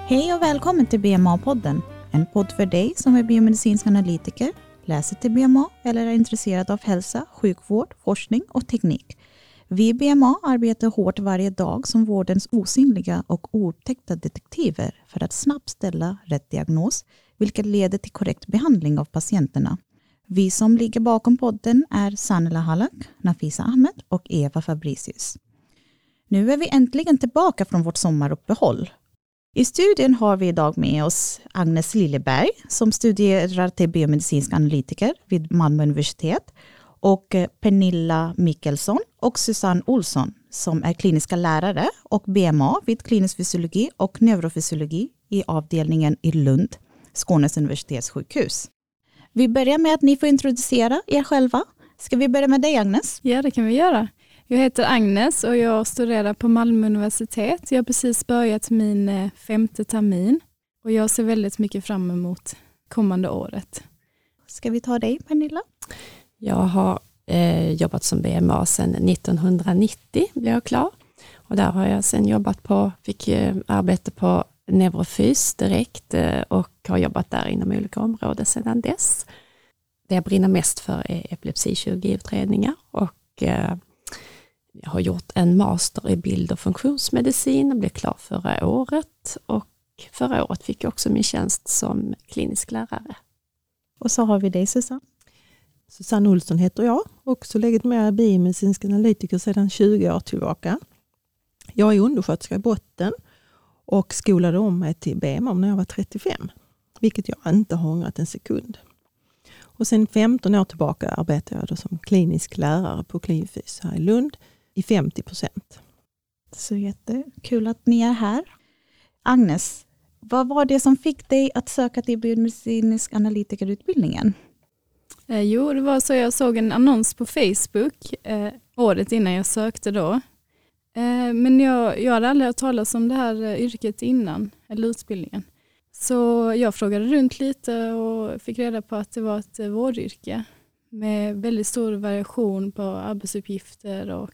Hej och välkommen till BMA-podden. En podd för dig som är biomedicinsk analytiker, läser till BMA eller är intresserad av hälsa, sjukvård, forskning och teknik. Vi i BMA arbetar hårt varje dag som vårdens osynliga och oupptäckta detektiver för att snabbt ställa rätt diagnos, vilket leder till korrekt behandling av patienterna. Vi som ligger bakom podden är Sanela Halak, Nafisa Ahmed och Eva Fabricius. Nu är vi äntligen tillbaka från vårt sommaruppehåll. I studien har vi idag med oss Agnes Liljeberg som studerar till biomedicinsk analytiker vid Malmö universitet och Pernilla Mikkelsson och Susanne Olsson som är kliniska lärare och BMA vid klinisk fysiologi och neurofysiologi i avdelningen i Lund, Skånes universitetssjukhus. Vi börjar med att ni får introducera er själva. Ska vi börja med dig, Agnes? Ja, det kan vi göra. Jag heter Agnes och jag studerar på Malmö universitet. Jag har precis börjat min 5:e termin och jag ser väldigt mycket fram emot kommande året. Ska vi ta dig, Pernilla? Jag har jobbat som BMA sedan 1990 blev jag klar. Och där har jag sedan fick arbete på neurofys direkt och har jobbat där inom olika områden sedan dess. Det jag brinner mest för är epilepsikirurgiutredningar och jag har gjort en master i bild- och funktionsmedicin och blev klar förra året. Och förra året fick jag också min tjänst som klinisk lärare. Och så har vi dig, Susanne. Susanne Olsson heter jag och så legitimerad biomedicinsk analytiker sedan 20 år tillbaka. Jag är undersköterska i botten och skolade om mig till BMA när jag var 35. Vilket jag inte har ångrat en sekund. Och sen 15 år tillbaka arbetar jag då som klinisk lärare på Klinisk här i Lund i 50%. Så jättekul att ni är här. Agnes, vad var det som fick dig att söka till biomedicinsk analytikerutbildningen? Jo, det var så jag såg en annons på Facebook året innan jag sökte då. Men jag hade aldrig hört talas om det här yrket innan, eller utbildningen. Så jag frågade runt lite och fick reda på att det var ett vårdyrke med väldigt stor variation på arbetsuppgifter och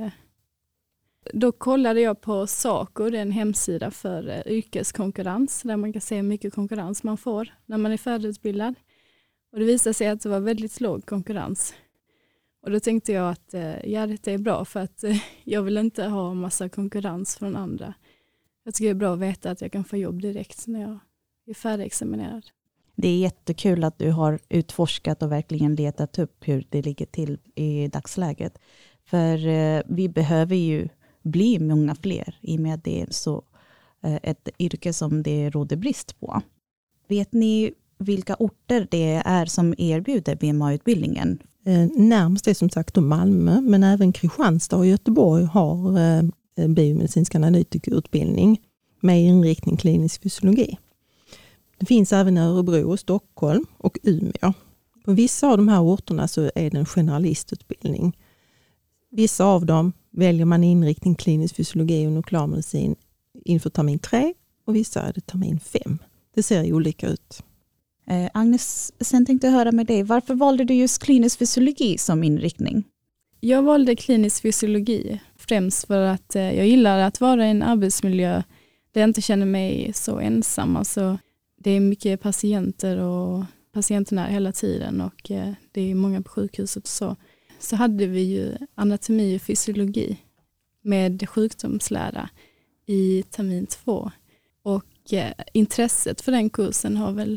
då kollade jag på SACO, det är en hemsida för yrkeskonkurrens där man kan se hur mycket konkurrens man får när man är färdigutbildad. Och det visade sig att det var väldigt låg konkurrens. Och då tänkte jag att det är bra för att jag vill inte ha massa konkurrens från andra. Jag tycker det är bra att veta att jag kan få jobb direkt när jag är färdigexaminerad. Det är jättekul att du har utforskat och verkligen letat upp hur det ligger till i dagsläget. För vi behöver ju bli många fler i och med att det är så ett yrke som det råder brist på. Vet ni vilka orter det är som erbjuder BMA-utbildningen? Närmast är som sagt Malmö, men även Kristianstad och Göteborg har biomedicinsk analytikerutbildning med inriktning klinisk fysiologi. Det finns även i Örebro, Stockholm och Umeå. På vissa av de här orterna så är det en generalistutbildning. Vissa av dem väljer man inriktning klinisk fysiologi och nuklearmedicin inför termin 3 och vissa är det termin 5. Det ser olika ut. Agnes, sen tänkte jag höra med dig. Varför valde du just klinisk fysiologi som inriktning? Jag valde klinisk fysiologi främst för att jag gillar att vara i en arbetsmiljö där jag inte känner mig så ensam. Alltså, det är mycket patienter och patienterna hela tiden och det är många på sjukhuset och så. Så hade vi ju anatomi och fysiologi med sjukdomslära i termin 2. Och intresset för den kursen har väl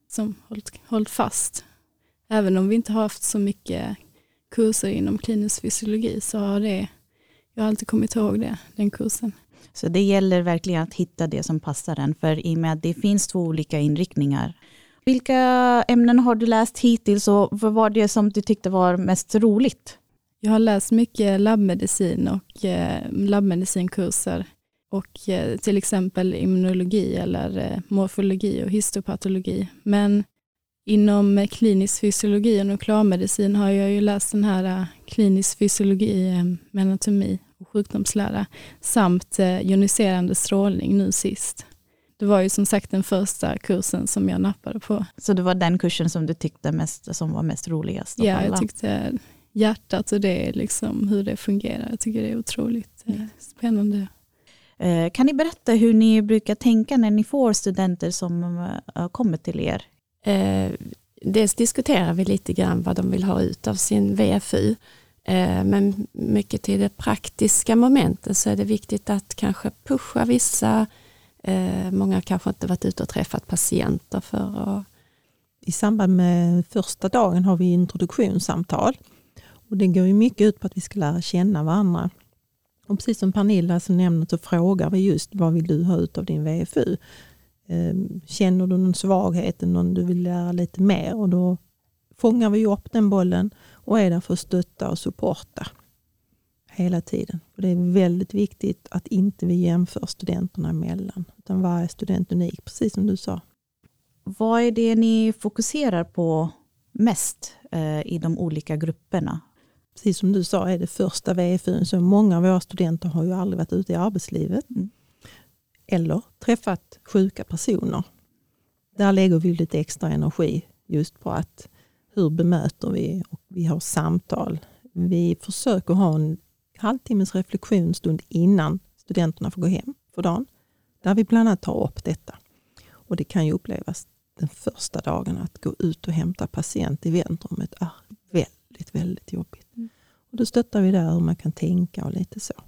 hållit fast. Även om vi inte har haft så mycket kurser inom klinisk fysiologi så har jag har alltid kommit ihåg den kursen. Så det gäller verkligen att hitta det som passar en, för i och med att det finns 2 olika inriktningar. Vilka ämnen har du läst hittills och vad var det som du tyckte var mest roligt? Jag har läst mycket labbmedicin och labbmedicinkurser och till exempel immunologi eller morfologi och histopatologi. Men inom klinisk fysiologi och nuklearmedicin har jag ju läst den här klinisk fysiologi med anatomi och sjukdomslära samt joniserande strålning nu sist. Det var ju som sagt den första kursen som jag nappade på. Så det var den kursen som du tyckte som var mest roligast? Ja, jag tyckte hjärtat och det liksom hur det fungerar. Jag tycker det är otroligt spännande. Kan ni berätta hur ni brukar tänka när ni får studenter som kommer till er? Dels diskuterar vi lite grann vad de vill ha ut av sin VFU. Men mycket till det praktiska momentet så är det viktigt att kanske pusha vissa. Många kanske inte varit ute och träffat patienter för att... I samband med första dagen har vi introduktionssamtal. Och det går ju mycket ut på att vi ska lära känna varandra. Och precis som Pernilla så nämner så frågar vi just vad vill du ha ut av din VFU? Känner du någon svaghet, någon du vill lära lite mer? Och då fångar vi upp den bollen och är där för att stötta och supporta hela tiden. Och det är väldigt viktigt att inte vi jämför studenterna emellan. Utan varje student är unik, precis som du sa. Vad är det ni fokuserar på mest i de olika grupperna? Precis som du sa är det första VFU, så många av våra studenter har ju aldrig varit ute i arbetslivet. Eller träffat sjuka personer. Där lägger vi lite extra energi just på att hur bemöter vi, och vi har samtal. Vi försöker ha en halvtimmes reflektionsstund innan studenterna får gå hem för dagen. Där vi bland annat tar upp detta. Och det kan ju upplevas den första dagen att gå ut och hämta patient i väntrummet är väldigt, väldigt jobbigt. Och då stöttar vi där hur man kan tänka och lite så.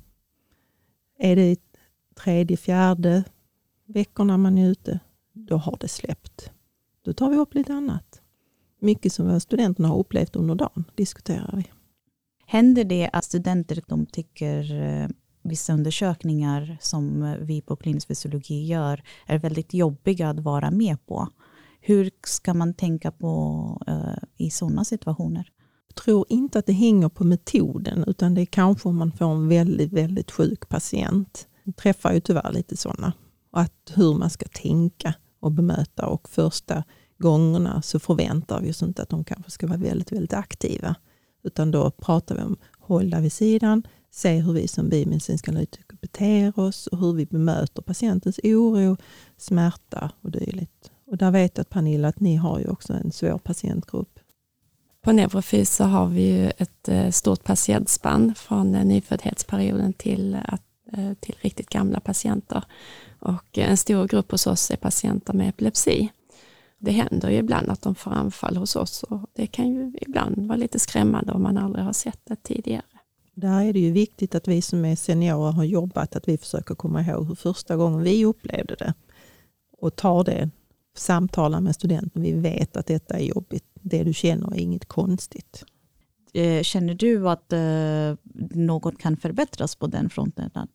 Är det 3:e, 4:e veckorna man är ute, då har det släppt. Då tar vi upp lite annat. Mycket som studenterna har upplevt under dagen diskuterar vi. Händer det att studenter de tycker vissa undersökningar som vi på klinisk fysiologi gör är väldigt jobbiga att vara med på? Hur ska man tänka på i sådana situationer? Jag tror inte att det hänger på metoden, utan det är kanske om man får en väldigt, väldigt sjuk patient. Jag träffar ju tyvärr lite sådana. Och att hur man ska tänka och bemöta, och första gångerna så förväntar vi oss inte att de kanske ska vara väldigt, väldigt aktiva. Utan då pratar vi om hålla vid sidan, se hur vi som biomedicinska analytiker beter oss och hur vi bemöter patientens oro, smärta och dylikt. Och där vet jag att Pernilla att ni har ju också en svår patientgrupp. På neurofys så har vi ju ett stort patientspann från nyföddhetsperioden till riktigt gamla patienter. Och en stor grupp hos oss är patienter med epilepsi. Det händer ju ibland att de får anfall hos oss, och det kan ju ibland vara lite skrämmande om man aldrig har sett det tidigare. Där är det ju viktigt att vi som är seniorer har jobbat, att vi försöker komma ihåg hur första gången vi upplevde det och tar det, samtala med studenten. Vi vet att detta är jobbigt. Det du känner är inget konstigt. Känner du att något kan förbättras på den fronten? Att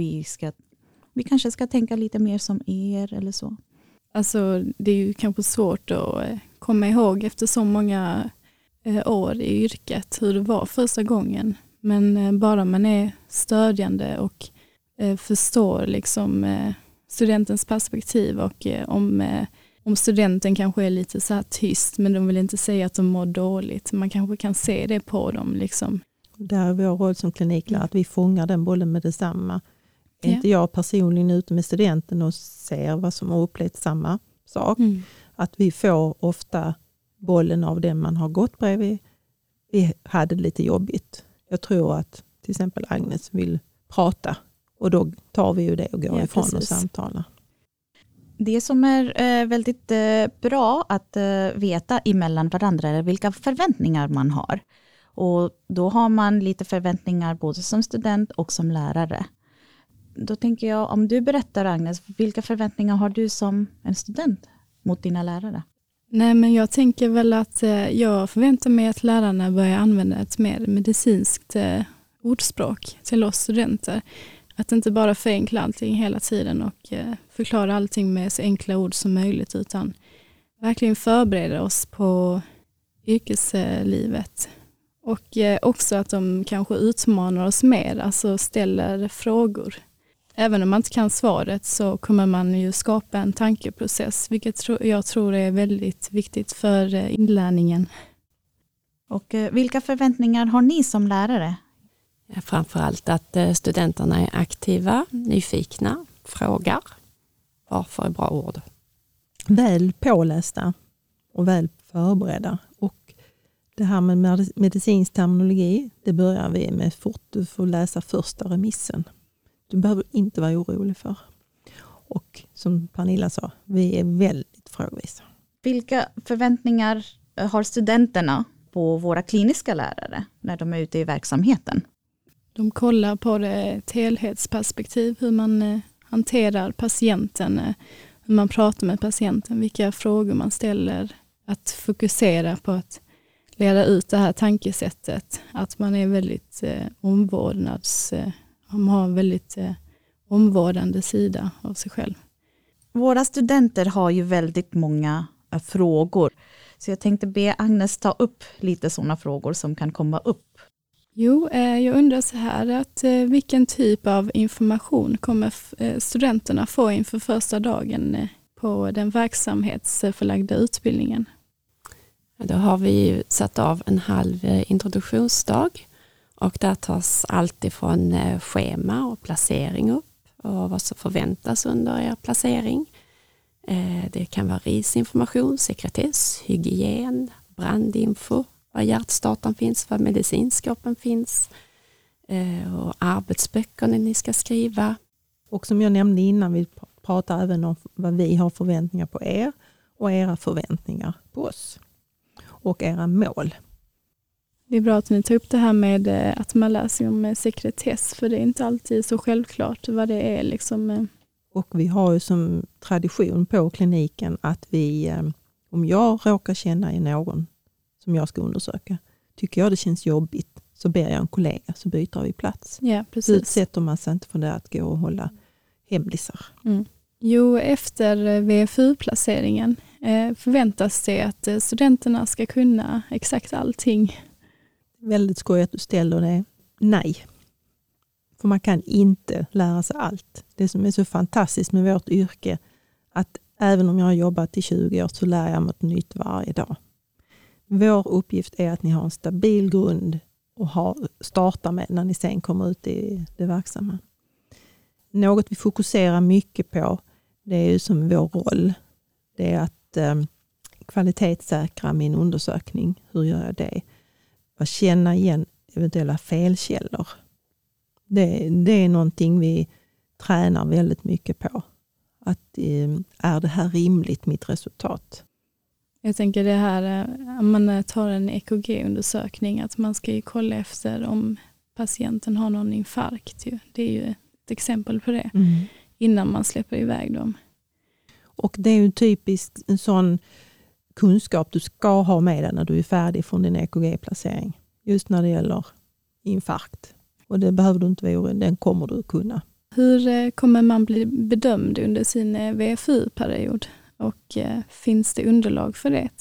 vi kanske ska tänka lite mer som er eller så? Alltså det är ju kanske svårt att komma ihåg efter så många år i yrket hur det var första gången. Men bara man är stödjande och förstår liksom studentens perspektiv, och om studenten kanske är lite så här tyst men de vill inte säga att de mår dåligt. Man kanske kan se det på dem. Liksom. Där är vår roll som kliniklärare att vi fångar den bollen med detsamma. Är inte jag personligen ute med studenten och ser vad som har upplevt samma sak. Att vi får ofta bollen av den man har gått bredvid. Vi hade det lite jobbigt. Jag tror att till exempel Agnes vill prata, och då tar vi ju det och går ifrån och samtalar. Det som är väldigt bra att veta emellan varandra är vilka förväntningar man har. Och då har man lite förväntningar både som student och som lärare. Då tänker jag, om du berättar Agnes, vilka förväntningar har du som en student mot dina lärare? Nej, men jag tänker väl att jag förväntar mig att lärarna börjar använda ett mer medicinskt ordspråk till oss studenter. Att inte bara förenkla allting hela tiden och förklara allting med så enkla ord som möjligt, utan verkligen förbereda oss på yrkeslivet. Och också att de kanske utmanar oss mer, alltså ställer frågor. Även om man inte kan svaret så kommer man ju skapa en tankeprocess, vilket jag tror är väldigt viktigt för inlärningen. Och vilka förväntningar har ni som lärare? Framförallt att studenterna är aktiva, nyfikna, frågar. Varför är bra ord? Väl pålästa och väl förberedda. Och det här med medicinsk terminologi, det börjar vi med fort. Du får läsa första remissen Du behöver inte vara orolig för. Och som Pernilla sa, vi är väldigt frågvisa. Vilka förväntningar har studenterna på våra kliniska lärare när de är ute i verksamheten? De kollar på det ett helhetsperspektiv, hur man hanterar patienten, hur man pratar med patienten, vilka frågor man ställer, att fokusera på att leda ut det här tankesättet, att man är väldigt man har väldigt omvårdande sida av sig själv. Våra studenter har ju väldigt många frågor, så jag tänkte be Agnes ta upp lite sådana frågor som kan komma upp. Jo, jag undrar så här, att vilken typ av information kommer studenterna få inför första dagen på den verksamhetsförlagda utbildningen? Då har vi ju satt av en halv introduktionsdag och där tas allt ifrån schema och placering upp och vad som förväntas under er placering. Det kan vara risinformation, sekretess, hygien, brandinfo, var hjärtstartaren finns, var medicinskåpen finns och arbetsböcker när ni ska skriva. Och som jag nämnde innan, vi pratar även om vad vi har förväntningar på er och era förväntningar på oss och era mål. Det är bra att ni tar upp det här med att man lär sig om sekretess, för det är inte alltid så självklart vad det är. Liksom. Och vi har ju som tradition på kliniken att om jag råkar känna i någon som jag ska undersöka, tycker jag det känns jobbigt, så ber jag en kollega, så byter vi plats. Ja, precis. Utsätter man sig inte för det att gå och hålla hemlisar. Mm. Jo, efter VFU-placeringen förväntas det att studenterna ska kunna exakt allting. Väldigt skoj att du ställer det. Nej. För man kan inte lära sig allt. Det som är så fantastiskt med vårt yrke, att även om jag har jobbat i 20 år så lär jag mig något nytt varje dag. Vår uppgift är att ni har en stabil grund och starta med när ni sen kommer ut i det verksamma. Något vi fokuserar mycket på, det är ju som vår roll. Det är att kvalitetssäkra min undersökning. Hur gör jag det? Att känna igen eventuella felkällor. Det är någonting vi tränar väldigt mycket på. Att är det här rimligt, mitt resultat? Jag tänker det här, om man tar en EKG-undersökning, att man ska ju kolla efter om patienten har någon infarkt. Ju. Det är ju ett exempel på det innan man släpper iväg dem. Och det är ju typiskt en sån kunskap du ska ha med dig när du är färdig från din EKG-placering. Just när det gäller infarkt. Och det behöver du inte vara orolig, den kommer du kunna. Hur kommer man bli bedömd under sin VFU-period? Och finns det underlag för det?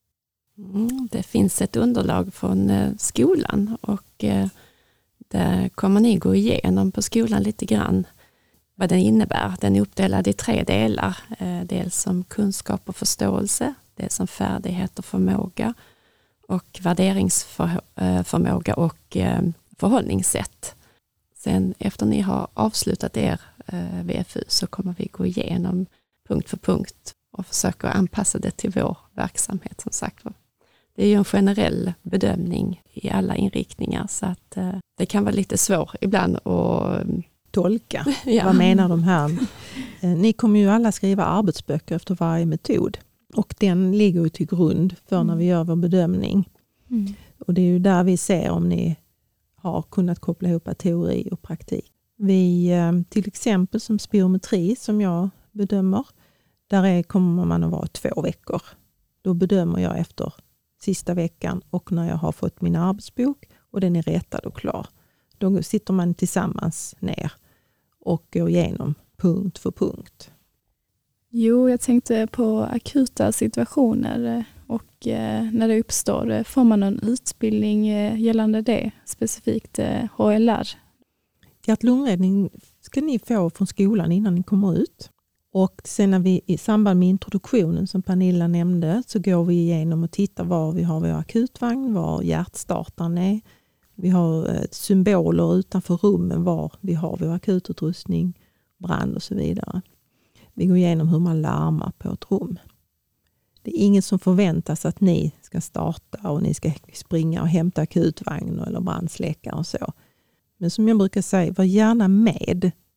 Det finns ett underlag från skolan och där kommer ni gå igenom på skolan lite grann vad den innebär. Den är uppdelad i 3 delar. Dels som kunskap och förståelse, dels som färdighet och förmåga och värderingsförmåga och förhållningssätt. Sen efter ni har avslutat er VFU så kommer vi gå igenom punkt för punkt och försöka anpassa det till vår verksamhet som sagt. Det är ju en generell bedömning i alla inriktningar så att det kan vara lite svårt ibland att tolka. Ja. Vad menar de här? Ni kommer ju alla skriva arbetsböcker efter varje metod och den ligger ju till grund för när vi gör vår bedömning. Och det är ju där vi ser om ni har kunnat koppla ihop teori och praktik. Vi till exempel som spirometri som jag bedömer, där kommer man att vara 2 veckor. Då bedömer jag efter sista veckan och när jag har fått min arbetsbok och den är rättad och klar. Då sitter man tillsammans ner och går igenom punkt för punkt. Jo, jag tänkte på akuta situationer och när det uppstår, får man någon utbildning gällande det, specifikt HLR? Hjärt-lungräddning ska ni få från skolan innan ni kommer ut. Och sen när vi i samband med introduktionen som Pernilla nämnde så går vi igenom och tittar var vi har vår akutvagn, var hjärtstartaren är. Vi har symboler utanför rummen var vi har vår akututrustning, brand och så vidare. Vi går igenom hur man larmar på ett rum. Det är inget som förväntas att ni ska starta och ni ska springa och hämta akutvagn eller brandsläckare och så. Men som jag brukar säga, var gärna med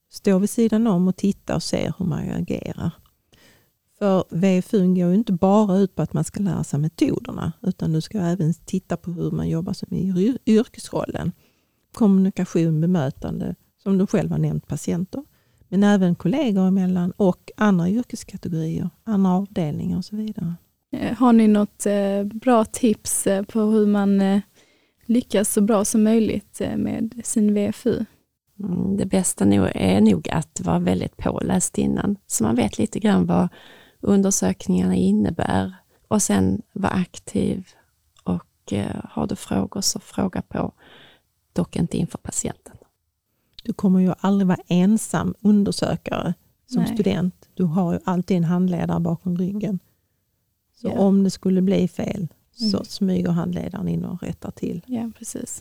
stå vid sidan om och titta och se hur man agerar. För VFU går ju inte bara ut på att man ska lära sig metoderna, utan du ska även titta på hur man jobbar som i yrkesrollen. Kommunikation, bemötande, som du själv har nämnt, patienter. Men även kollegor emellan och andra yrkeskategorier, andra avdelningar och så vidare. Har ni något bra tips på hur man lyckas så bra som möjligt med sin VFU? Det bästa är nog att vara väldigt påläst innan, så man vet lite grann vad undersökningarna innebär. Och sen vara aktiv, och har du frågor så fråga på, dock inte inför patienten. Du kommer ju aldrig vara ensam undersökare som student. Du har ju alltid en handledare bakom ryggen. Så om det skulle bli fel så smyger handledaren in och rättar till. Ja, precis.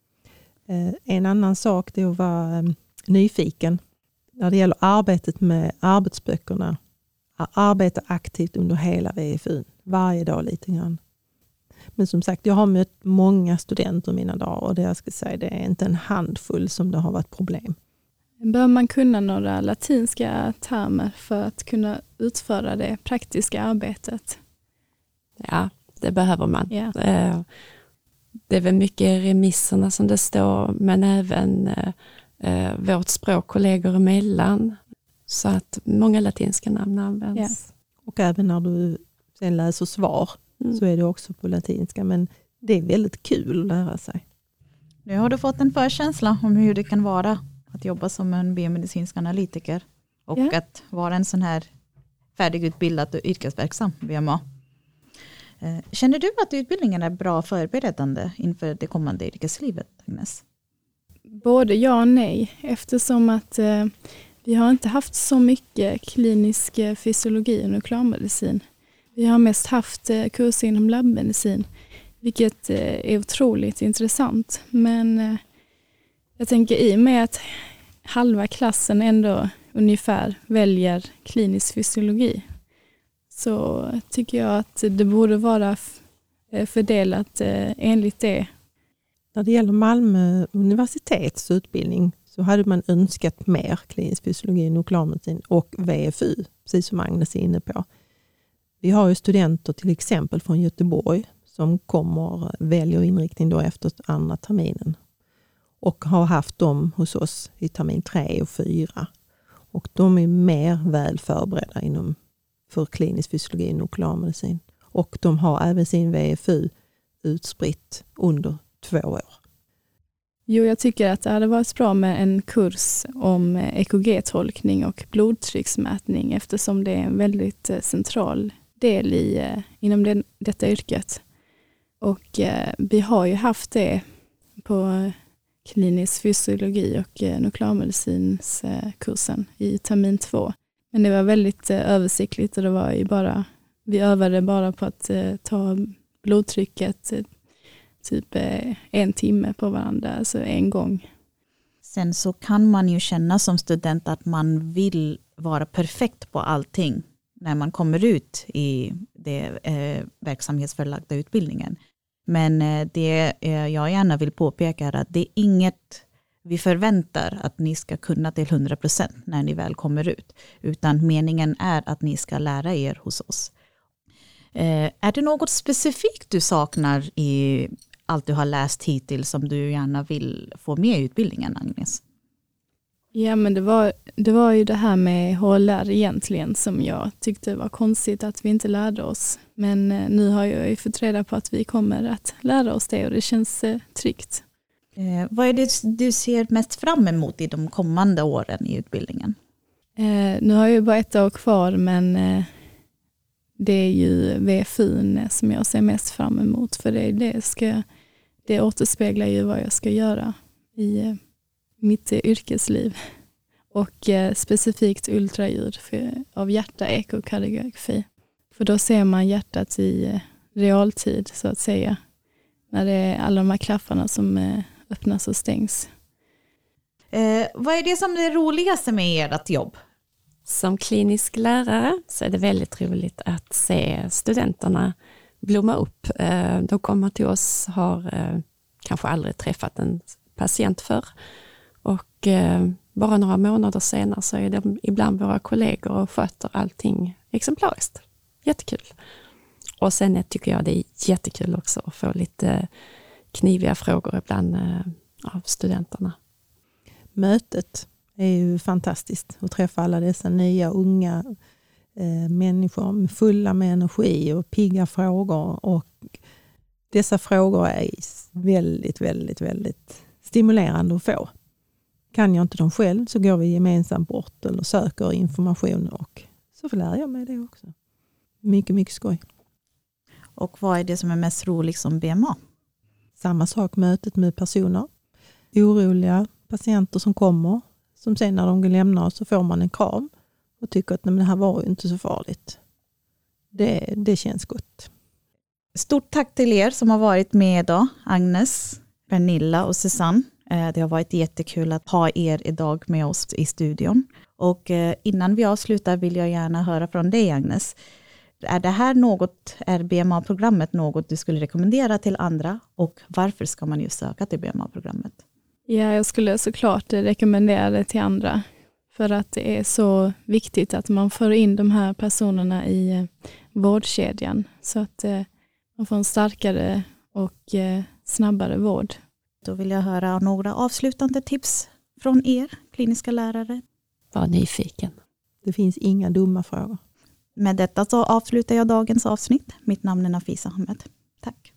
En annan sak är att vara nyfiken. När det gäller arbetet med arbetsböckerna, arbeta aktivt under hela VFU. Varje dag lite grann. Men som sagt, jag har mött många studenter mina dagar, och det jag ska säga, det är inte en handfull som det har varit problem. Bör man kunna några latinska termer för att kunna utföra det praktiska arbetet? Ja, det behöver man. Ja. Det är väl mycket remisserna som det står, men även vårt språk kollegor emellan. Så att många latinska namn används. Ja. Och även när du sen läser svar så är det också på latinska. Men det är väldigt kul att lära sig. Nu har du fått en förkänsla om hur det kan vara att jobba som en biomedicinsk analytiker. Och att vara en sån här färdigutbildad och yrkesverksam BMA. Känner du att utbildningen är bra förberedande inför det kommande yrkeslivet, Agnes? Både ja och nej, eftersom att vi har inte haft så mycket klinisk fysiologi och nuklearmedicin. Vi har mest haft kurser inom labbmedicin, vilket är otroligt intressant. Men jag tänker, i och med att halva klassen ändå ungefär väljer klinisk fysiologi, så tycker jag att det borde vara fördelat enligt det. När det gäller Malmö universitets utbildning så hade man önskat mer klinisk fysiologi, nuklearmedicin och VFU, precis som Agnes är inne på. Vi har ju studenter till exempel från Göteborg som väljer inriktning då efter andra terminen. Och har haft dem hos oss i termin 3 och 4. Och de är mer väl förberedda för klinisk fysiologi och nuklearmedicin. Och de har även sin VFU utspritt under 2 år. Jo, jag tycker att det hade varit bra med en kurs om EKG-tolkning och blodtrycksmätning, eftersom det är en väldigt central del inom detta yrket. Och vi har ju haft det på klinisk fysiologi och nuklearmedicinskursen i termin 2. Men det var väldigt översiktligt, och det var ju vi övade bara på att ta blodtrycket typ 1 timme på varandra, alltså en gång. Sen så kan man ju känna som student att man vill vara perfekt på allting när man kommer ut i det verksamhetsförlagda utbildningen. Men det jag gärna vill påpeka är att det är inget vi förväntar att ni ska kunna till 100% när ni väl kommer ut. Utan meningen är att ni ska lära er hos oss. Är det något specifikt du saknar i allt du har läst hittills som du gärna vill få med i utbildningen, Agnes? Ja, men det var ju det här med HLR egentligen som jag tyckte var konstigt att vi inte lärde oss. Men nu har jag ju fått reda på att vi kommer att lära oss det, och det känns tryggt. Vad är det du ser mest fram emot i de kommande åren i utbildningen? Nu har jag ju bara 1 år kvar, men det är ju VFU som jag ser mest fram emot, för det återspeglar ju vad jag ska göra i mitt yrkesliv. Och specifikt ultraljud av hjärta-ekokardiografi. För då ser man hjärtat i realtid, så att säga. När det är alla de här klaffarna som öppnas och stängs. Vad är det som är det roligaste med ert jobb? Som klinisk lärare så är det väldigt roligt att se studenterna blomma upp. De kommer till oss, har kanske aldrig träffat en patient förr. Och bara några månader senare så är de ibland våra kollegor och sköter allting exemplariskt. Jättekul. Och sen tycker jag det är jättekul också att få lite kniviga frågor ibland av studenterna. Mötet är ju fantastiskt att träffa alla dessa nya unga människor fulla med energi och pigga frågor. Och dessa frågor är väldigt, väldigt, väldigt stimulerande att få. Kan jag inte dem själv så går vi gemensamt bort eller söker information och så lär jag mig det också. Mycket, mycket skoj. Och vad är det som är mest roligt som BMA? Samma sak, mötet med personer. Oroliga patienter som kommer. Som sen när de lämnar så får man en kram och tycker att det här var ju inte så farligt. Det känns gott. Stort tack till er som har varit med idag. Agnes, Pernilla och Susanne. Det har varit jättekul att ha er idag med oss i studion. Och innan vi avslutar vill jag gärna höra från dig, Agnes. Är BMA-programmet något du skulle rekommendera till andra? Och varför ska man ju söka till BMA-programmet? Ja, jag skulle såklart rekommendera det till andra. För att det är så viktigt att man får in de här personerna i vårdkedjan. Så att man får en starkare och snabbare vård. Då vill jag höra några avslutande tips från er, kliniska lärare. Var nyfiken. Det finns inga dumma frågor. Med detta så avslutar jag dagens avsnitt. Mitt namn är Nafisa Ahmed. Tack.